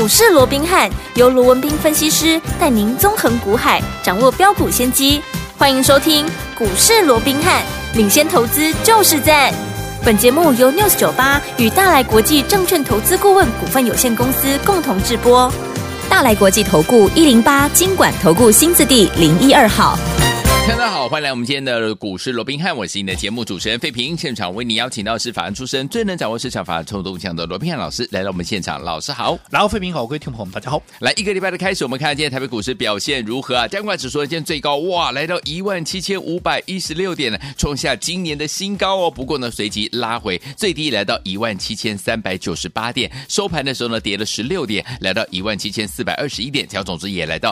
市罗宾汉由罗文彬分析师带您纵横股海，掌握标股先机。欢迎收听股市罗宾汉，领先投资就是赞。本节目由 News98 与大来国际证券投资顾问股份有限公司共同制播。大来国际投顾108金管投顾新字第012号。 大家好，欢迎来我们今天的股市罗宾汉，我是你的节目主持人费平。现场为你邀请到是法案出身、最能掌握市场法案冲动向的罗宾汉老师来到我们现场。老师好。 然后费平好，各位听众朋友们大家好。 来一个礼拜的开始，我们看今天台北股市表现如何啊？加权指数今天最高哇，来到17516点呢，创下今年的新高哦。不过呢，随即拉回，最低来到17398点，收盘的时候呢跌了16点，来到17421点，成交总值也来到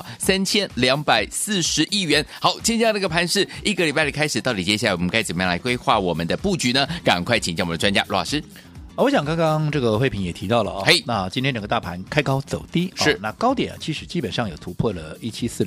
3240亿元。好，今天那个盘势一个礼拜的开始，到底接下来我们该怎么样来规划我们的布局呢？赶快请教我们的专家罗老师。 我想刚刚这个慧萍也提到了啊、 嘿， 那今天整个大盘开高走低， 是、 那高点其实基本上有突破了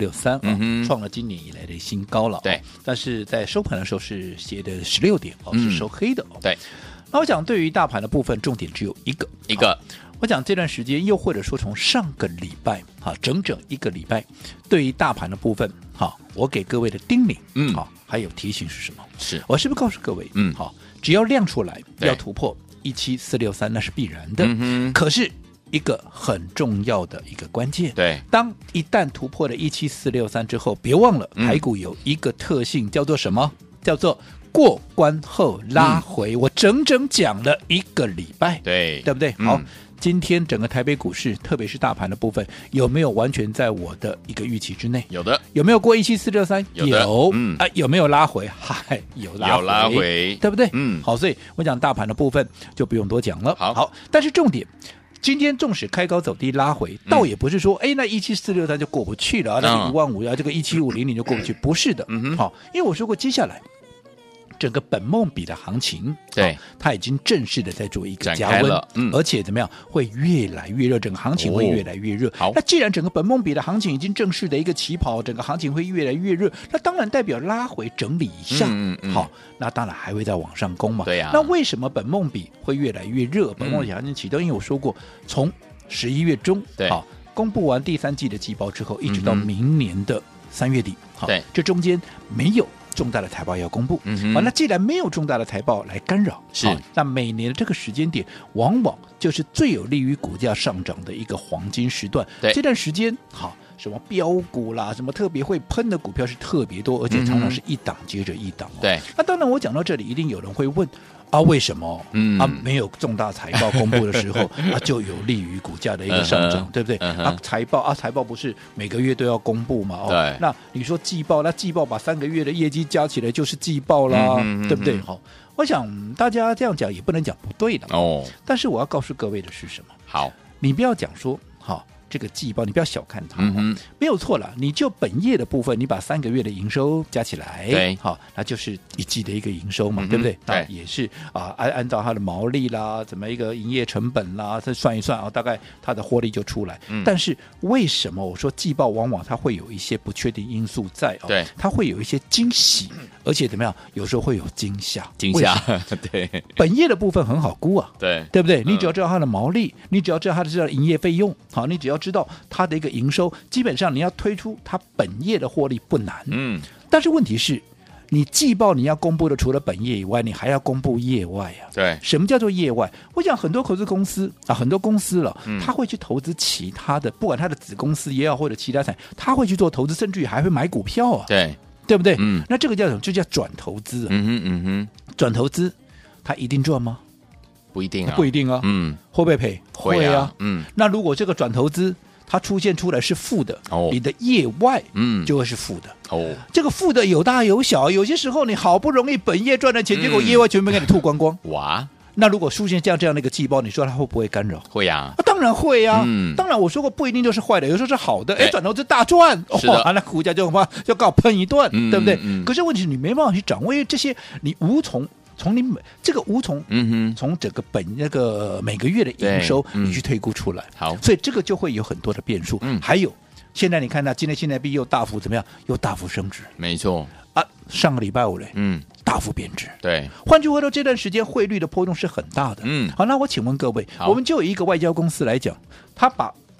17463，创了今年以来的新高了。 对， 但是在收盘的时候是跌的16点是收黑的对， 那我想对于大盘的部分，重点只有一个。我讲这段时间，又或者说从上个礼拜整整一个礼拜，对于大盘的部分我给各位的叮咛还有提醒是什么？ 是我是不是告诉各位只要亮出来要突破17463，那是必然的。可是一个很重要的一个关键， 对， 当一旦突破了17463之后，别忘了台股有一个特性叫做什么？叫做过关后拉回。我整整讲了一个礼拜， 对不对？好，今天整个台北股市，特别是大盘的部分，有没有完全在我的一个预期之内？ 有的。 有没有过17463？ 有。 有没有拉回？嗨，有拉回，对不对？好，所以我讲大盘的部分就不用多讲了。好，但是重点，今天纵使开高走低拉回，倒也不是说那17463就过不去了，那15000这个17500就过不去，不是的。好，因为我说过接下来整个本梦比的行情， 对， 它已经正式的在做一个加温，而且怎么样，会越来越热，整个行情会越来越热。好，那既然整个本梦比的行情已经正式的一个起跑，整个行情会越来越热，那当然代表拉回整理一下，好，那当然还会再往上攻嘛。 对呀。 那为什么本梦比会越来越热？本梦比行情启动，因为我说过，从11月中，好，公布完第三季的季报之后，一直到明年的3月底，好， 对， 这中间没有重大的财报要公布，那既然没有重大的财报来干扰， 是， 那每年的这个时间点，往往就是最有利于股价上涨的一个黄金时段。这段时间，好，什么标股啦，什么特别会喷的股票是特别多，而且常常是一档接着一档。 对， 那当然，我讲到这里，一定有人会问。为什么没有重大财报公布的时候就有利于股价的一个上涨，对不对？财报不是每个月都要公布嘛？ 对， 那你说季报，那季报把3个月的业绩加起来就是季报啦，对不对？好，我想大家这样讲也不能讲不对的但是我要告诉各位的是什么？ 好， 你不要讲说这个季报你不要小看它，没有错了。你就本业的部分，你把3个月的营收加起来， 对， 好，那就是一季的一个营收嘛，对不对？ 对， 也是按照它的毛利啦，怎么一个营业成本啦，再算一算大概它的获利就出来。但是为什么我说季报往往它会有一些不确定因素在对， 它会有一些惊喜，而且怎么样？有时候会有惊吓， 对， 本业的部分很好估啊，对不对？你只要知道它的毛利，你只要知道它的营业费用，好，你只要知道它的一个营收，基本上你要推出它本业的获利不难。但是问题是，你季报你要公布的除了本业以外，你还要公布业外啊。 对， 什么叫做业外？我讲很多投资公司很多公司了，他会去投资其他的，不管他的子公司也好，或者其他产业，他会去做投资，甚至于还会买股票啊。对不对？那这个叫什么？就叫转投资转投资，他一定赚吗？ 不一定啊， 不一定啊。会不会赔？会啊。那如果这个转投资它出现出来是负的，你的业外就会是负的。这个负的有大有小，有些时候你好不容易本业赚的钱，结果业外全部给你吐光光。 哇！ 那如果出现这样的一个季报，你说它会不会干扰？ 会啊， 当然会啊。当然我说过不一定就是坏的，有时候是好的。转投资大赚，那股价就告喷一段，对不对？可是问题是你没办法去掌握，因为这些你无从你这个无从从整个那个每个月的营收你去推估出来。 好， 所以这个就会有很多的变数。还有现在你看到今天现在币又大幅怎么样？又大幅升值。 没错。 上个礼拜五嘞，大幅贬值。 对， 换句话说，这段时间汇率的波动是很大的。好，那我请问各位，我们就有一个外交公司来讲，他把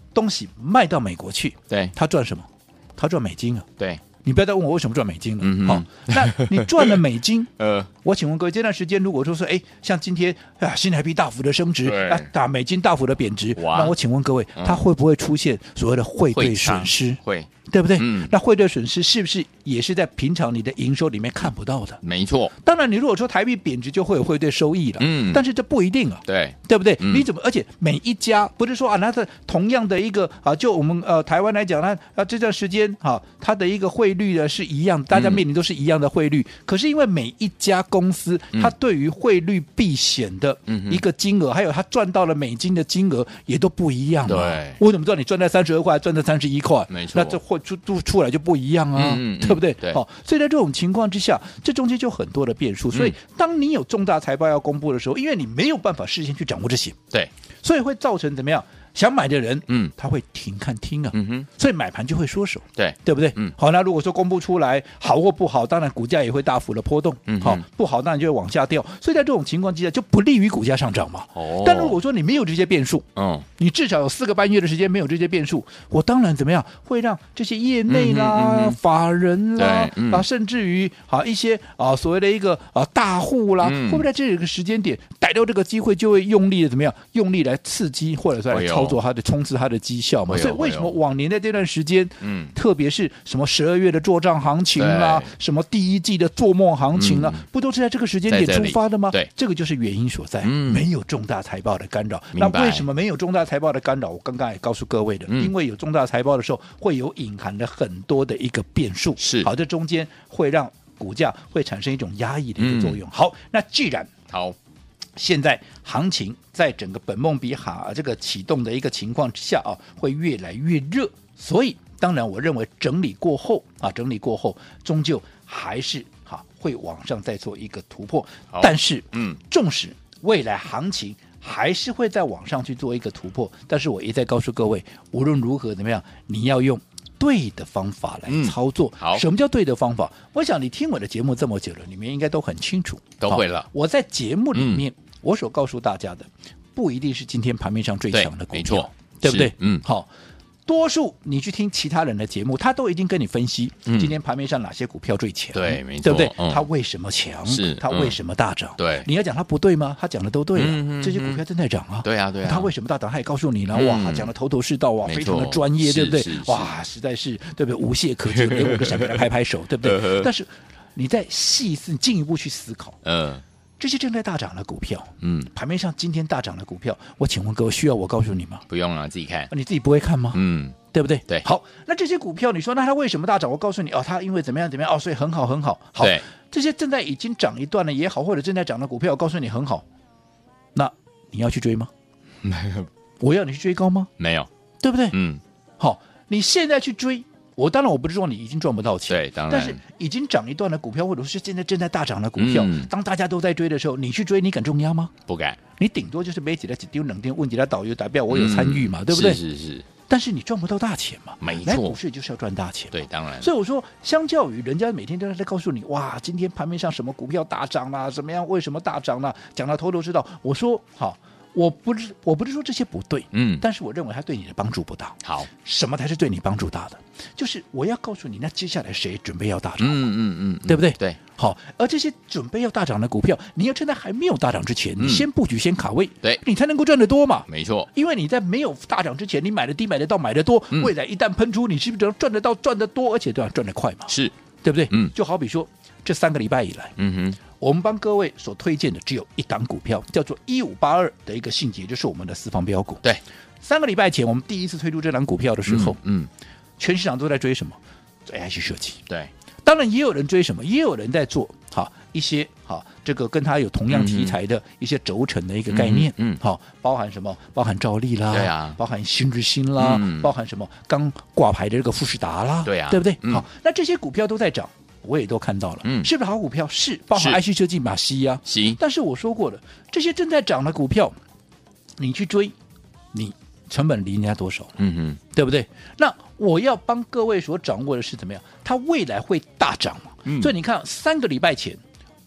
东西卖到美国去， 对， 他赚什么？他赚美金啊。 对， 你不要再问我为什么赚美金了。好，那你赚了美金，我请问各位，这段时间如果说像今天新台币大幅的升值，美金大幅的贬值，那我请问各位，它会不会出现所谓的汇兑损失？ 会。 对不对？那汇兑损失是不是也是在平常你的营收里面看不到的？ 没错。 当然，你如果说台币贬值，就会有汇兑收益了。但是这不一定啊。对不对？你怎么？而且每一家不是说那同样的一个就我们台湾来讲这段时间它的一个汇率呢是一样，大家面临都是一样的汇率。可是因为每一家公司它对于汇率避险的一个金额，还有它赚到了美金的金额也都不一样嘛。 对。 我怎么知道你赚在32块，赚在31块？ 没错。 那这会出来就不一样啊，对不对？ 对。 所以在这种情况之下，这中间就很多的变数。所以当你有重大财报要公布的时候，因为你没有办法事先去掌握这些， 对， 所以会造成怎么样？想买的人，他会停看听啊，所以买盘就会缩手，对不对？好，那如果说公布出来好或不好，当然股价也会大幅的波动，好，不好当然就会往下掉，所以在这种情况之下就不利于股价上涨嘛。但如果说你没有这些变数，你至少有4个半月的时间没有这些变数，我当然怎么样会让这些业内啦、法人啦甚至于一些所谓的一个大户啦，会不会在这个时间点逮到这个机会就会用力的怎么样？用力来刺激或者是来操作它的冲刺它的绩效嘛。所以为什么往年的这段时间，特别是什么12月的做账行情啦，什么第一季的做梦行情啦，不都是在这个时间点出发的吗？ 对， 这个就是原因所在，没有重大财报的干扰。那为什么没有重大财报的干扰？我刚刚也告诉各位的，因为有重大财报的时候，会有隐含的很多的一个变数， 是好，这中间会让股价会产生一种压抑的一个作用。好，那既然好。现在行情在整个本梦比这个启动的一个情况之下会越来越热，所以当然我认为整理过后终究还是会往上再做一个突破，但是纵使未来行情还是会再往上去做一个突破，但是我一再告诉各位，无论如何怎么样，你要用对的方法来操作。什么叫对的方法？我想你听我的节目这么久了，你们应该都很清楚， 都会了。 我在节目里面我所告诉大家的不一定是今天盘面上最强的股票， 没错， 对不对？好，多数你去听其他人的节目，他都已经跟你分析今天盘面上哪些股票最强， 对，没错， 对不对？他为什么强？ 是他为什么大涨？ 对， 你要讲他不对吗？他讲的都对了，这些股票正在涨啊， 对啊，对啊。 他为什么大涨？他也告诉你了，哇，他讲的头头是道啊，非常的专业，对不对？哇，实在是对不对？无懈可击，给我个闪给他拍拍手，对不对？但是你再细思进一步去思考，这些正在大涨的股票，盘面上今天大涨的股票，我请问各位，需要我告诉你吗？ 不用了，自己看。 你自己不会看吗？对不对？ 对。 好，那这些股票，你说那它为什么大涨？我告诉你它因为怎么样怎么样所以很好很好。好，这些正在已经涨一段了也好，或者正在涨的股票，我告诉你很好，那你要去追吗？ 没有。 我要你去追高吗？ 没有， 对不对？好，你现在去追。我当然我不是说你已经赚不到钱， 对，当然， 但是已经涨一段的股票，或者是现在正在大涨的股票，当大家都在追的时候，你去追，你敢重压吗？ 不敢， 你顶多就是买几来几丢冷丢，问几来导游代表我有参与嘛，对不对？ 是。但是你赚不到大钱嘛， 没错， 来股市就是要赚大钱， 对，当然。 所以我说，相较于人家每天都在告诉你，哇，今天盘面上什么股票大涨啦，怎么样，为什么大涨啦，讲到头头是道，我说好。我不是说这些不对，但是我认为它对你的帮助不大。 好， 什么才是对你帮助大的？就是我要告诉你，那接下来谁准备要大涨？对不对？ 对。 好，而这些准备要大涨的股票，你要趁它还没有大涨之前，你先布局，先卡位， 对， 你才能够赚得多嘛。 没错， 因为你在没有大涨之前，你买的低，买得到，买得多，未来一旦喷出，你是不是能赚得到、赚得多，而且都要赚得快嘛？ 是， 对不对？就好比说这3个礼拜以来，我们帮各位所推荐的只有一档股票，叫做1582的一个信捷，就是我们的4方标股。 对 ，3个礼拜前我们第一次推出这档股票的时候，全市场都在追什么？追 IC 设计。 对， 当然也有人追什么，也有人在做一些这个跟它有同样题材的一些轴承的一个概念，包含什么？包含兆利啦， 对啊， 包含新日新啦，包含什么刚挂牌的这个富士达啦， 对啊， 对不对？好，那这些股票都在涨。我也都看到了，是不是好股票？是，包含 IC 设计、马西啊。 行， 但是我说过了，这些正在涨的股票，你去追，你成本离人家多少？对不对？那我要帮各位所掌握的是怎么样？它未来会大涨嘛？所以你看，3个礼拜前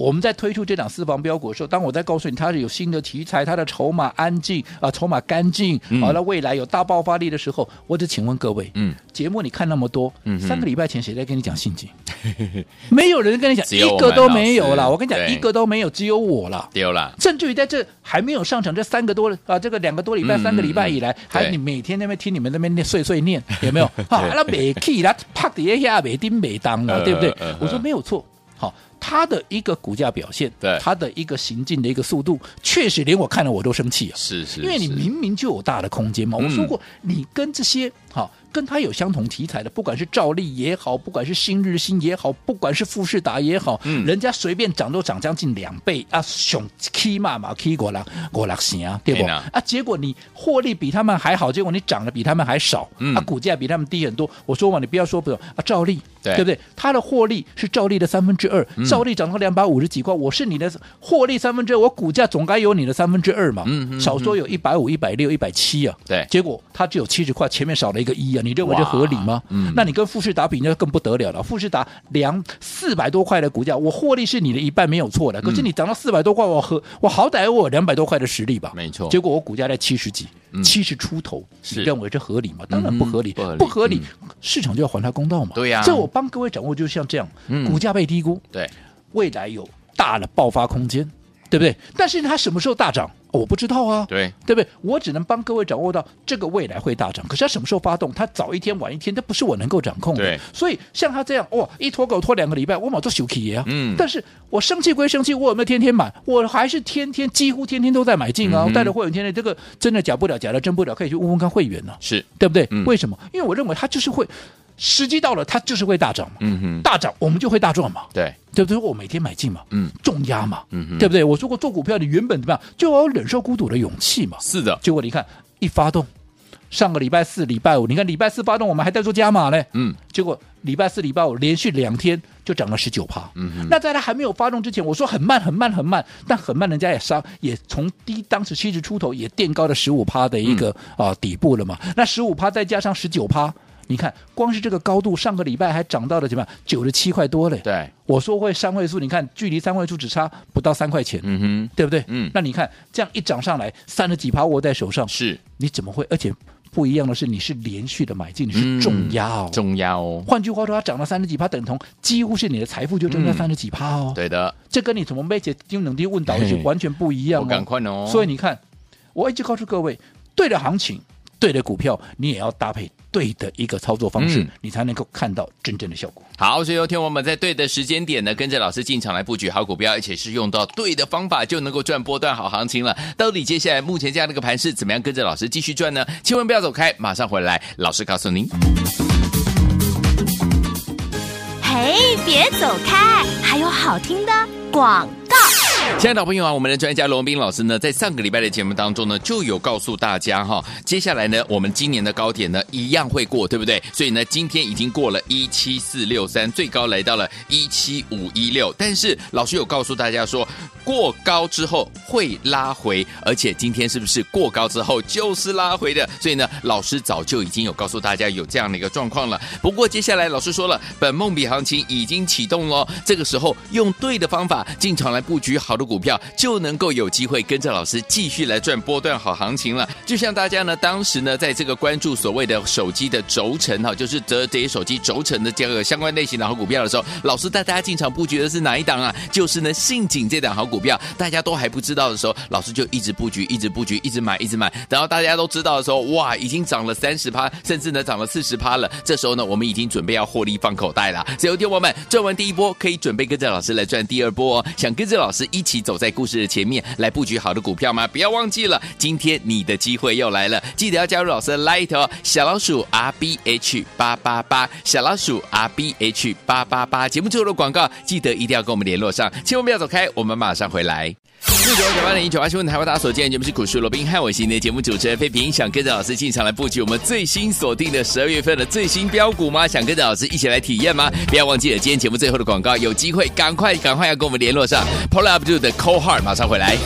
我们在推出这档私房标股的时候，当我在告诉你它是有新的题材，它的筹码安静筹码干净，那未来有大爆发力的时候，我只请问各位，节目你看那么多，3个礼拜前谁在跟你讲信景？没有人跟你讲，一个都没有啦。我跟你讲，一个都没有，只有我啦。 丢了。 甚至于在这还没有上场这3个多这个2个多礼拜、3个礼拜以来，还你每天那边听你们那边碎碎念，有没有？那没气啦，啪底下没丁没当了，对不对？我说没有错。好，它的一个股价表现，对它的一个行进的一个速度，确实连我看了我都生气啊！ 是， 因为你明明就有大的空间嘛。我说过，你跟这些跟它有相同题材的，不管是兆利也好，不管是新日新也好，不管是富士达也好，人家随便涨都涨将近2倍啊，熊 K 嘛，K 5成，对不？结果你获利比他们还好，结果你涨得比他们还少，股价比他们低很多。我说嘛，你不要说不兆利，对不对？它的获利是兆利的2/3，兆利涨到250几块，我是你的获利2/3，我股价总该有你的2/3嘛，少说有150、160、170啊， 对， 结果它只有70块，前面少了一个1啊。你认为这合理吗？那你跟富士达比那更不得了了。富士达400多块的股价，我获利是你的1半没有错的。可是你涨到400多块，我好歹我有200多块的实力吧？ 没错。 结果我股价在70几，70出头，你认为这合理吗？当然不合理，不合理，市场就要还他公道嘛。 对呀。 所以我帮各位掌握就像这样，股价被低估， 对， 未来有大的爆发空间，对不对？但是它什么时候大涨？我不知道啊， 对不对？我只能帮各位掌握到这个未来会大涨，可是它什么时候发动？它早一天晚一天，这不是我能够掌控的。所以像它这样，一拖狗拖2个礼拜，我马上休息啊。但是我生气归生气，我有没有天天买？我还是几乎天天都在买进啊。我带着会员天天，这个真的假不了，假的真不了，可以去问问看会员呢， 是对不对？为什么？因为我认为它就是会。时机到了，它就是会大涨嘛，大涨我们就会大赚嘛， 对不对？我每天买进嘛，重压嘛，对不对？我说过做股票，你原本怎么样，就要有忍受孤独的勇气嘛。 是的， 结果你看一发动，上个礼拜4、礼拜5，你看礼拜4发动，我们还在做加码呢，结果礼拜4、礼拜5连续2天就涨了19%。那在它还没有发动之前，我说很慢，但很慢，人家也从当时70出头也垫高了15%的一个底部了嘛。那15%再加上19%。你看，光是这个高度，上个礼拜还涨到了怎么样？97块多嘞。 对， 我说会3位数，你看距离3位数只差不到3块钱，对不对？那你看这样一涨上来，30几%握在手上， 是你怎么会？而且不一样的是，你是连续的买进，你是重压哦， 重压哦。 换句话说，它涨了30几%，等同几乎是你的财富就增加30几%哦。 对的， 这跟你怎么被金冷低问倒是完全不一样哦。 赶快哦。 所以你看，我一直告诉各位，对的行情。对的股票，你也要搭配对的一个操作方式，你才能够看到真正的效果。 好，所以有天我们在对的时间点呢，跟着老师进场来布局好股票，而且是用到对的方法，就能够赚波段好行情了。到底接下来目前这样的一个盘势，怎么样跟着老师继续赚呢？千万不要走开，马上回来，老师告诉您。 嘿，别走开，还有好听的广告。 亲爱的朋友啊，我们的专家罗文彬老师呢，在上个礼拜的节目当中呢，就有告诉大家接下来呢，我们今年的高点呢一样会过，对不对？所以呢，今天已经过了17463，最高来到了17516，但是老师有告诉大家说，过高之后会拉回，而且今天是不是过高之后就是拉回的？所以呢，老师早就已经有告诉大家有这样的一个状况了。不过接下来老师说了，本梦比行情已经启动了，这个时候用对的方法进场来布局好的股票，就能够有机会跟着老师继续来赚波段好行情了。就像大家呢，当时呢，在这个关注所谓的手机的轴承就是折叠手机轴承的这个相关类型的好股票的时候，老师带大家进场布局的是哪一档啊？就是呢，信景这档好股票，大家都还不知道的时候，老师就一直布局，一直布局，一直买，一直买。然后大家都知道的时候，哇，已经涨了30%，甚至呢涨了40%了。这时候呢，我们已经准备要获利放口袋了。所以，听众朋友们，赚完第一波，可以准备跟着老师来赚第二波哦。想跟着老师一起走在故事的前面来布局好的股票吗？不要忘记了，今天你的机会又来了，记得要加入老师的 Light 哦，小老鼠 RBH888， 小老鼠 RBH888。节目最后的广告，记得一定要跟我们联络上，千万不要走开，我们马上回来。69980198新闻台为大家所见，节目是股市罗宾汉，我是你的节目主持人费平。想跟着老师进场来布局我们最新锁定的12月份的最新标股吗？想跟着老师一起来体验吗？不要忘记了，今天节目最后的广告，有机会赶快要跟我们联络上。Pull Up to the Cold Heart， 马上回来。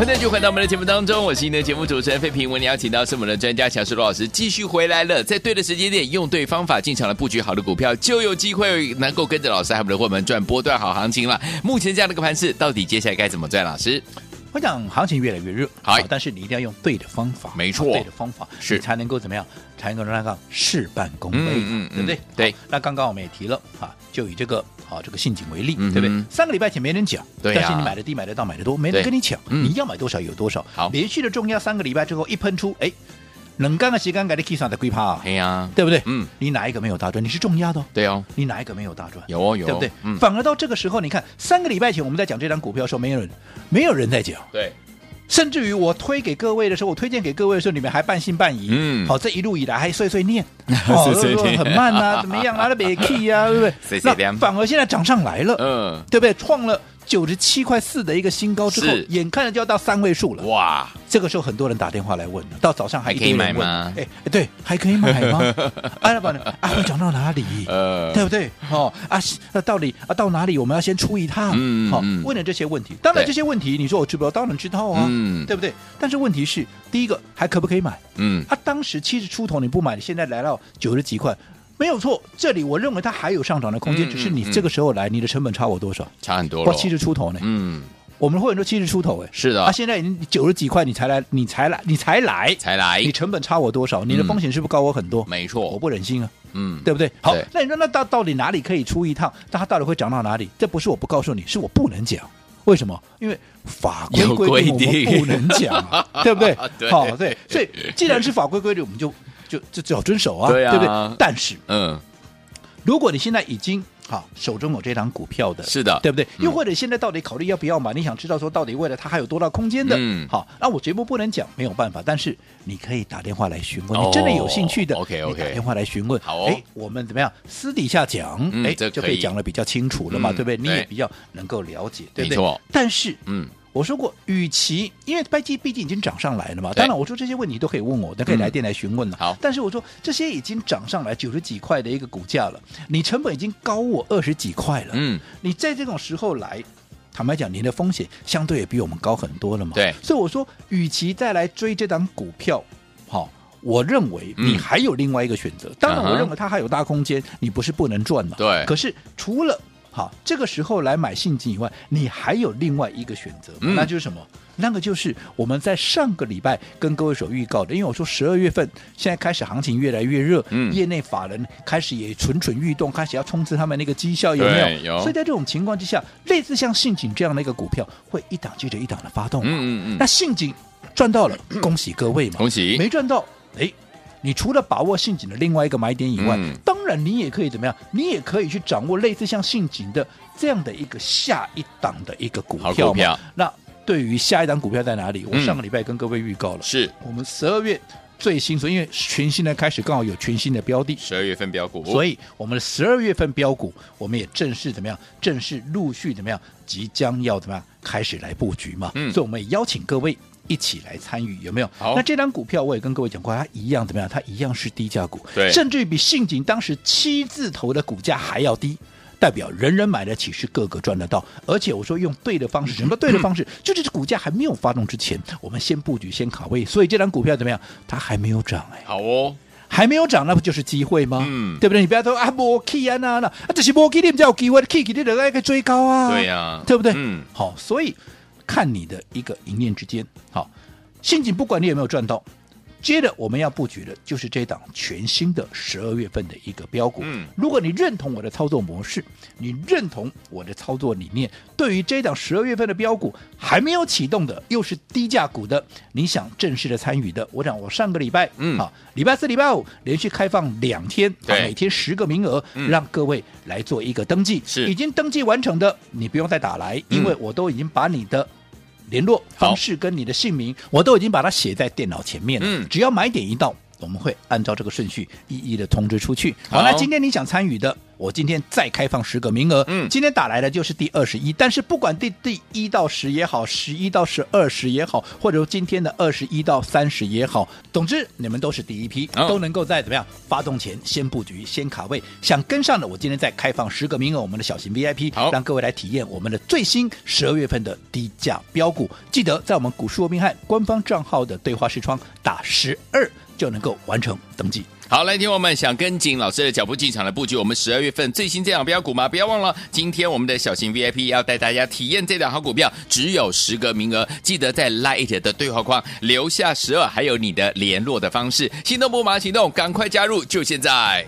欢迎继续回到我们的节目当中，我是您的节目主持人费平。我们邀请到是我们的专家强势罗老师继续回来了，在对的时间点用对方法进场来布局好的股票，就有机会能够跟着老师还有我们的伙伴赚波段好行情了。目前这样的一个盘势，到底接下来该怎么赚？老师， 我讲行情越来越热，好，但是你一定要用对的方法， 没错， 对的方法是才能够怎么样，才能够让它事半功倍，对不对？ 对。 那刚刚我们也提了就以这个信锦为例，对不对？3个礼拜前没人讲， 对， 但是你买的低、买的到、买的多，没人跟你抢，你要买多少有多少。 好， 连续的重压3个礼拜之后一喷出，冷干的时间给你 K 上的龟趴对呀， 对不对？你哪一个没有大赚？你是重压的， 对哦， 你哪一个没有大赚？ 有， 对不对？反而到这个时候，你看3个礼拜前我们在讲这张股票的时候，没有人在讲， 对。 甚至于我推荐给各位的时候，你们还半信半疑。好，这一路以来还碎碎念，很慢啊，怎么样啊，那没 key 啊，对不对？那反而现在涨上来了，对不对？创了97.4块的一个新高之后，眼看着就要到3位数了，哇！这个时候很多人打电话来问了，到早上还可以买吗？ 对，还可以买吗？会涨到哪里？对不对？到底到哪里？我们要先出一趟。问了这些问题，当然这些问题你说我知不知道？当然知道啊，对不对？但是问题是，第一个还可不可以买？当时70出头你不买，你现在来到90几块。没有错，这里我认为它还有上涨的空间，只是你这个时候来，你的成本差我多少？ 差很多了 ，70出头呢。我们会员都70出头， 是的。 现在已经90几块，你才来，你成本差我多少？你的风险是不是高我很多？ 没错， 我不忍心啊，对不对？好，那你说那到底哪里可以出一趟？那它到底会涨到哪里？这不是我不告诉你，是我不能讲。为什么？因为法规规定我们不能讲，对不对？好，对，所以既然是法规规定，我们就只好遵守啊，对不对？但是，如果你现在已经手中有这档股票的， 是的， 对不对？又或者现在到底考虑要不要买？你想知道说到底未来它还有多大空间的？好，那我节目不能讲，没有办法，但是你可以打电话来询问，你真的有兴趣的 ，OK， 你打电话来询问， 好， 我们怎么样私底下讲，就可以讲得比较清楚了嘛，对不对？你也比较能够了解，对不对？ 没错， 但是，我说过，与其因为毕竟已经涨上来了嘛，当然我说这些问题都可以问我，都可以来电来询问了。 好， 但是我说这些已经涨上来90几块的一个股价了，你成本已经高我20几块了，你在这种时候来，坦白讲，你的风险相对也比我们高很多了嘛。 对， 所以我说，与其再来追这档股票，我认为你还有另外一个选择。当然，我认为它还有大空间，你不是不能赚嘛。 对， 可是除了这个时候来买信锦以外，你还有另外一个选择，那就是什么？那个就是我们在上个礼拜跟各位所预告的，因为我说12月份现在开始行情越来越热，业内法人开始也蠢蠢欲动，开始要冲刺他们那个绩效，有没有？所以在这种情况之下，类似像信锦这样的一个股票，会一档接着一档的发动嘛。那信锦赚到了，恭喜各位嘛！ 恭喜！ 没赚到，你除了把握信锦的另外一个买点以外，当然你也可以怎么样？你也可以去掌握类似像信锦的这样的一个下一档的一个股票嘛。那对于下一档股票在哪里？我上个礼拜跟各位预告了， 是我们12月最新，所以因为全新的开始刚好有全新的标的 ，12月份标股， 所以我们的12月份标股，我们也正式怎么样？正式陆续怎么样？即将要怎么样开始来布局嘛？所以我们也邀请各位一起来参与，有没有？那这张股票我也跟各位讲过，它一样怎么样？它一样是低价股，甚至于比信锦当时7字头的股价还要低。代表人人买得起，是个个赚得到，而且我说用对的方式，什么对的方式？就是股价还没有发动之前，我们先布局，先卡位。所以这张股票怎么样？它还没有涨， 好哦， 还没有涨，那不就是机会吗？对不对？你不要说没起啊那这是没起，你们才有机会，起你就可以追高啊， 对呀， 对不对？好，所以看你的一个一念之间，好，信锦不管你有没有赚到。接着我们要布局的就是这档全新的12月份的一个标股。如果你认同我的操作模式，你认同我的操作理念，对于这档12月份的标股还没有启动的，又是低价股的，你想正式的参与的，我讲我上个礼拜，礼拜4、礼拜5连续开放2天，每天10个名额，让各位来做一个登记。已经登记完成的，你不用再打来，因为我都已经把你的联络方式跟你的姓名，我都已经把它写在电脑前面了。只要买点一到，我们会按照这个顺序一一的通知出去。好，那今天你想参与的， 我今天再开放10个名额，今天打来的就是第21，但是不管第1到10也好，11到20也好，或者今天的21到30也好，总之你们都是第一批，都能够在怎么样发动前先布局先卡位，想跟上的我今天再开放10个名额，我们的小型 VIP， 让各位来体验我们的最新12月份的低价标股。记得在我们股市罗宾汉官方账号的对话视窗打12就能够完成登记。 好，来听我们想跟紧老师的脚步进场来布局我们12月份最新这档标股吗？不要忘了，今天我们的小型 VIP 要带大家体验这档好股票，只有10个名额，记得在 LINE 的对话框留下12，还有你的联络的方式。心动不马上行动，赶快加入，就现在！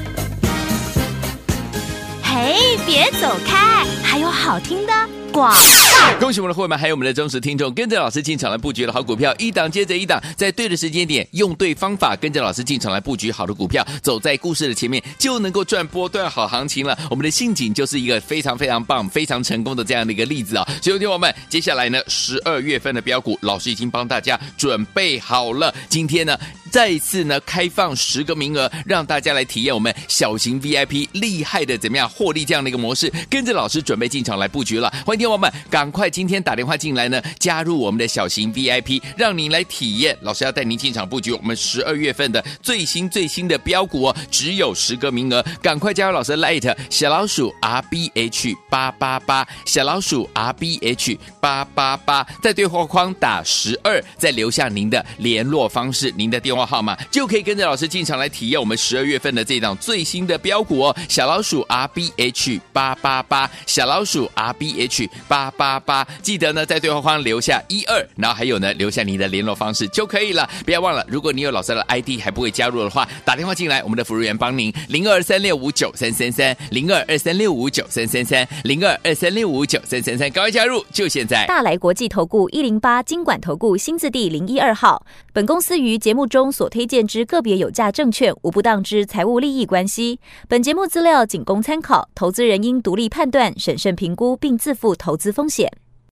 嘿，别走开，还有好听的广告。 恭喜我们的会员还有我们的忠实听众，跟着老师进场来布局的好股票，一档接着一档，在对的时间点，用对方法，跟着老师进场来布局好的股票，走在故事的前面，就能够赚波段好行情了。我们的信景就是一个非常非常棒、非常成功的这样的一个例子啊！所以，听我们接下来呢，12月份的标股，老师已经帮大家准备好了。今天呢，再一次呢开放10个名额，让大家来体验我们小型 VIP 厉害的怎么样获利这样的一个模式，跟着老师准备进场来布局了。欢迎听我们赶快今天打电话进来呢，加入我们的小型 VIP， 让您来体验。老师要带您进场布局我们12月份的最新的标股哦，只有10个名额，赶快加入老师的 LINE 小老鼠 RBH888， 小老鼠 RBH888， 在对话框打12，再留下您的联络方式、您的电话号码，就可以跟着老师进场来体验我们12月份的这档最新的标股哦，小老鼠 RBH888， 小老鼠 RBH888， 记得呢在对话框留下12，然后还有呢留下你的联络方式就可以了。不要忘了，如果你有老师的 ID 还不会加入的话，打电话进来，我们的服务员帮您0223659333 0223659333 0223659333，赶快加入，就现在！ 大来国际投顾108金管投顾新字第012号，本公司于节目中所推荐之个别有价证券，无不当之财务利益关系。本节目资料仅供参考，投资人应独立判断、审慎评估，并自负投资风险。